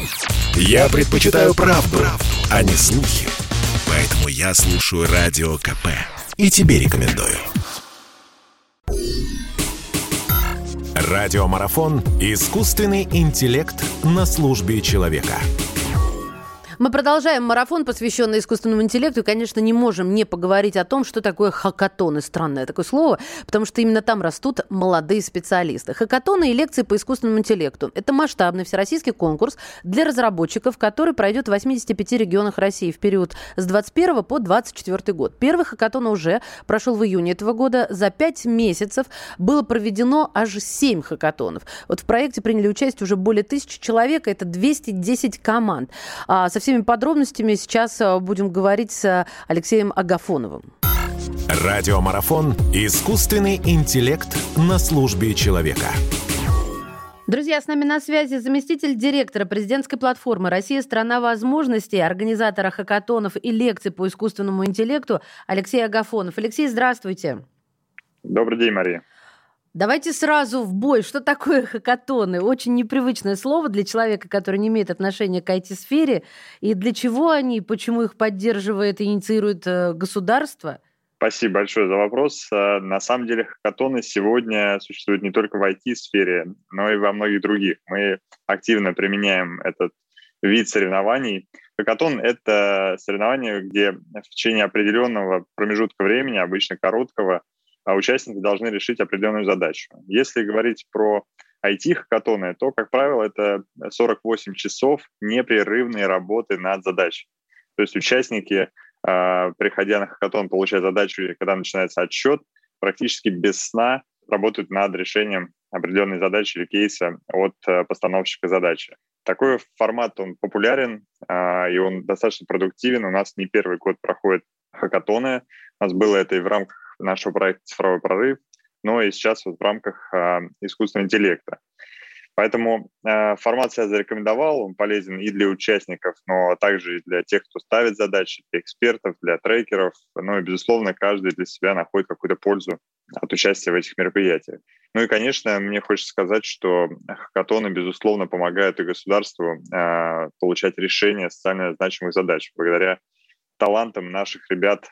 Я предпочитаю правду, а не слухи. Поэтому я слушаю Радио КП. И тебе рекомендую. Радиомарафон «Искусственный интеллект на службе человека». Мы продолжаем марафон, посвященный искусственному интеллекту, и, конечно, не можем не поговорить о том, что такое хакатоны. Странное такое слово, потому что именно там растут молодые специалисты. Хакатоны и лекции по искусственному интеллекту – это масштабный всероссийский конкурс для разработчиков, который пройдет в 85 регионах России в период с 21 по 24 год. Первый хакатон уже прошел в июне этого года. За 5 месяцев было проведено аж 7 хакатонов. Вот в проекте приняли участие уже более 1000 человек, это 210 команд. Со всеми подробностями сейчас будем говорить с Алексеем Агафоновым. Радиомарафон «Искусственный интеллект на службе человека». Друзья, с нами на связи заместитель директора президентской платформы «Россия – страна возможностей», организатора хакатонов и лекций по искусственному интеллекту Алексей Агафонов. Алексей, здравствуйте. Добрый день, Мария. Давайте сразу в бой. Что такое хакатоны? Очень непривычное слово для человека, который не имеет отношения к IT-сфере. И для чего они, почему их поддерживает и инициирует государство? Спасибо большое за вопрос. На самом деле хакатоны сегодня существуют не только в IT-сфере, но и во многих других. Мы активно применяем этот вид соревнований. Хакатон — это соревнование, где в течение определенного промежутка времени, обычно короткого, участники должны решить определенную задачу. Если говорить про IT-хакатоны, то, как правило, это 48 часов непрерывной работы над задачей. То есть участники, приходя на хакатон, получая задачу, и когда начинается отсчет, практически без сна работают над решением определенной задачи или кейса от постановщика задачи. Такой формат, он популярен, и он достаточно продуктивен. У нас не первый год проходят хакатоны. У нас было это и в рамках нашего проекта «Цифровой прорыв», но и сейчас вот в рамках искусственного интеллекта. Поэтому формат я зарекомендовал, он полезен и для участников, но также и для тех, кто ставит задачи, для экспертов, для трекеров. Ну и, безусловно, каждый для себя находит какую-то пользу от участия в этих мероприятиях. Ну и, конечно, мне хочется сказать, что хакатоны, безусловно, помогают и государству получать решения социально значимых задач благодаря талантам наших ребят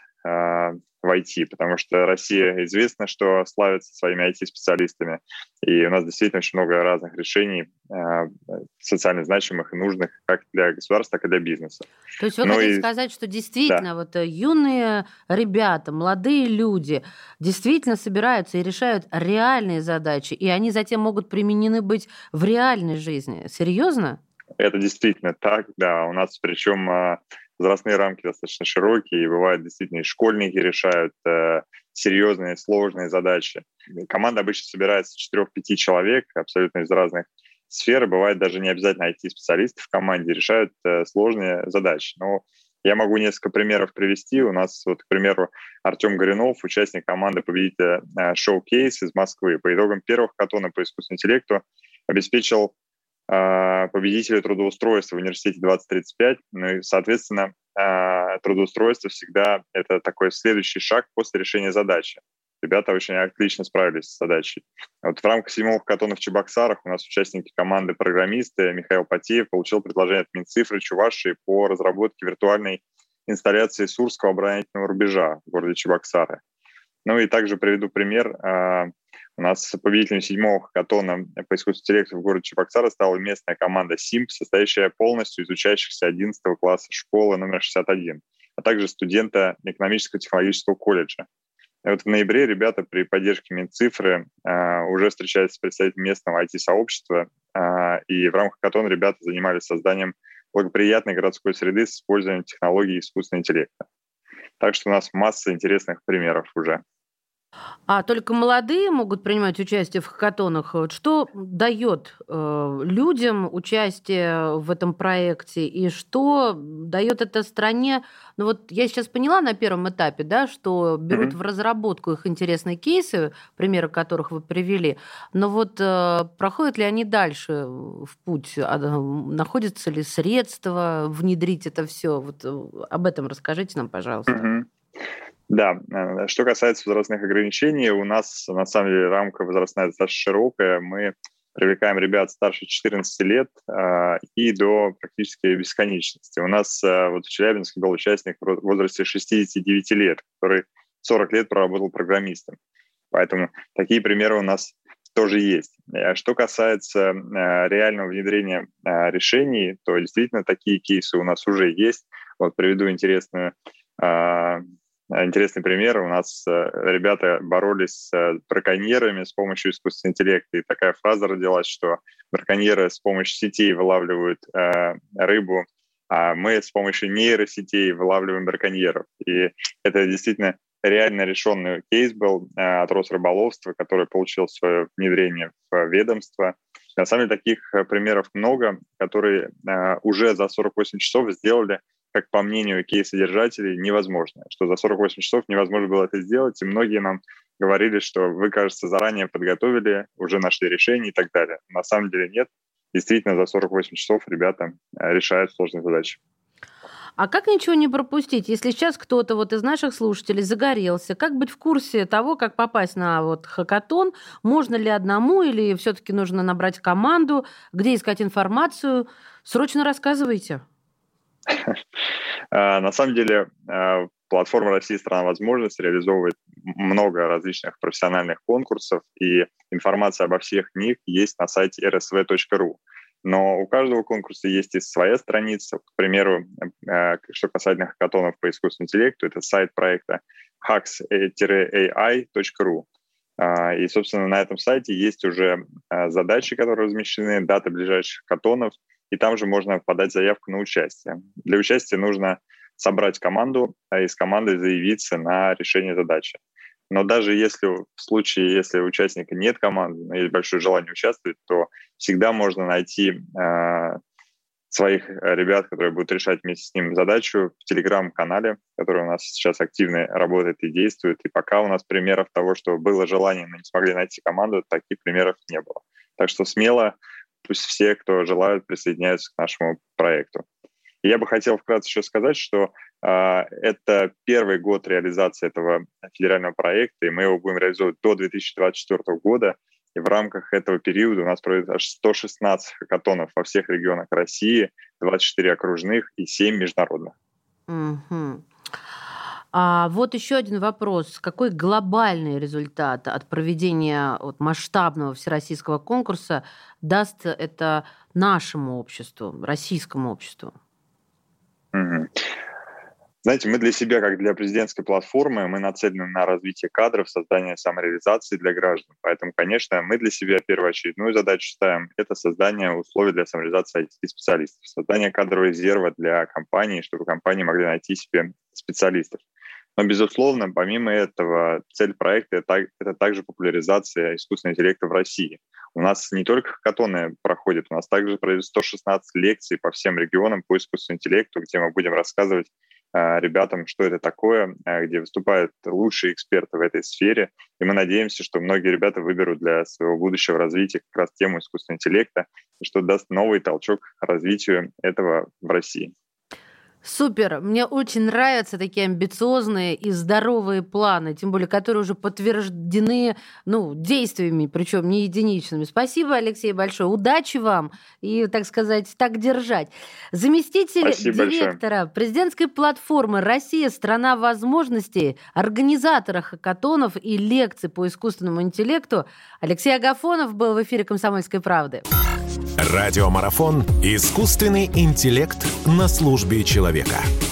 в IT, потому что Россия известна, что славится своими IT-специалистами, и у нас действительно очень много разных решений социально значимых и нужных как для государства, так и для бизнеса. То есть вы хотите сказать, что действительно вот юные ребята, молодые люди действительно собираются и решают реальные задачи, и они затем могут применены быть в реальной жизни. Серьезно? Это действительно так, да. У нас причем возрастные рамки достаточно широкие, и бывает действительно и школьники решают серьезные, сложные задачи. Команда обычно собирается 4-5 человек, абсолютно из разных сфер. Бывает даже не обязательно IT-специалисты в команде решают сложные задачи. Но я могу несколько примеров привести. У нас, вот, к примеру, Артем Горюнов, участник команды победителя «Шоу-кейс» из Москвы. По итогам первого хакатона по искусственному интеллекту обеспечил победителю трудоустройства в университете 2035. Ну и, соответственно, трудоустройство всегда это такой следующий шаг после решения задачи. Ребята очень отлично справились с задачей. Вот в рамках 7-го хакатона в Чебоксарах у нас участники команды программисты Михаил Потеев получил предложение от Минцифры Чувашии по разработке виртуальной инсталляции Сурского оборонительного рубежа в городе Чебоксары. Ну и также приведу пример. У нас победителем 7-го хакатона по искусственному интеллекту в городе Чебоксары стала местная команда СИМП, состоящая полностью из учащихся 11 класса школы номер 61, а также студента экономического технологического колледжа. И вот в ноябре ребята при поддержке Минцифры уже встречались с представителями местного IT-сообщества, и в рамках хакатона ребята занимались созданием благоприятной городской среды с использованием технологий искусственного интеллекта. Так что у нас масса интересных примеров уже. А только молодые могут принимать участие в хакатонах. Что дает людям участие в этом проекте и что дает это стране? Ну вот я сейчас поняла на первом этапе, да, что берут в разработку их интересные кейсы, примеры которых вы привели, но вот проходят ли они дальше в путь? Находятся ли средства внедрить это все? Вот об этом расскажите нам, пожалуйста. Да, что касается возрастных ограничений, у нас, на самом деле, рамка возрастная достаточно широкая. Мы привлекаем ребят старше 14 лет и до практически бесконечности. У нас вот в Челябинске был участник в возрасте 69 лет, который 40 лет проработал программистом. Поэтому такие примеры у нас тоже есть. Что касается реального внедрения решений, то действительно такие кейсы у нас уже есть. Вот приведу интересный пример. У нас ребята боролись с браконьерами с помощью искусственного интеллекта. И такая фраза родилась, что браконьеры с помощью сетей вылавливают рыбу, а мы с помощью нейросетей вылавливаем браконьеров. И это действительно реально решенный кейс был от Росрыболовства, который получил свое внедрение в ведомство. На самом деле таких примеров много, которые уже за 48 часов сделали, как по мнению кейс-содержателей, невозможно. Что за 48 часов невозможно было это сделать, и многие нам говорили, что вы, кажется, заранее подготовили, уже нашли решение и так далее. На самом деле нет. Действительно, за 48 часов ребята решают сложные задачи. А как ничего не пропустить, если сейчас кто-то вот из наших слушателей загорелся? Как быть в курсе того, как попасть на вот хакатон? Можно ли одному или все-таки нужно набрать команду? Где искать информацию? Срочно рассказывайте. На самом деле платформа «Россия – страна возможностей» реализовывает много различных профессиональных конкурсов, и информация обо всех них есть на сайте rsv.ru. Но у каждого конкурса есть и своя страница. К примеру, что касательно хакатонов по искусственному интеллекту, это сайт проекта hacks-ai.ru. И, собственно, на этом сайте есть уже задачи, которые размещены, даты ближайших хакатонов, и там же можно подать заявку на участие. Для участия нужно собрать команду, и с командой заявиться на решение задачи. Но даже если в случае, если у участника нет команды, но есть большое желание участвовать, то всегда можно найти своих ребят, которые будут решать вместе с ним задачу в Telegram-канале, который у нас сейчас активно работает и действует. И пока у нас примеров того, что было желание, но не смогли найти команду, таких примеров не было. Так что смело пусть все, кто желают, присоединяются к нашему проекту. И я бы хотел вкратце еще сказать, что это первый год реализации этого федерального проекта, и мы его будем реализовывать до 2024 года. И в рамках этого периода у нас пройдет аж 116 хакатонов во всех регионах России, 24 окружных и 7 международных. Угу. А вот еще один вопрос. Какой глобальный результат от проведения масштабного всероссийского конкурса даст это нашему обществу, российскому обществу? Угу. Знаете, мы для себя, как для президентской платформы, мы нацелены на развитие кадров, создание самореализации для граждан. Поэтому, конечно, мы для себя первоочередную задачу ставим – это создание условий для самореализации IT-специалистов, создание кадрового резерва для компаний, чтобы компании могли найти себе специалистов. Но, безусловно, помимо этого, цель проекта – это также популяризация искусственного интеллекта в России. У нас не только хакатоны проходят, у нас также пройдет 116 лекций по всем регионам по искусственному интеллекту, где мы будем рассказывать ребятам, что это такое, где выступают лучшие эксперты в этой сфере. И мы надеемся, что многие ребята выберут для своего будущего развития как раз тему искусственного интеллекта, что даст новый толчок развитию этого в России. Супер! Мне очень нравятся такие амбициозные и здоровые планы, тем более, которые уже подтверждены действиями, причем не единичными. Спасибо, Алексей, большое. Удачи вам и, так сказать, так держать. Заместитель директора президентской платформы «Россия – страна возможностей», организатора хакатонов и лекций по искусственному интеллекту Алексей Агафонов был в эфире «Комсомольской правды». Радиомарафон «Искусственный интеллект на службе человека».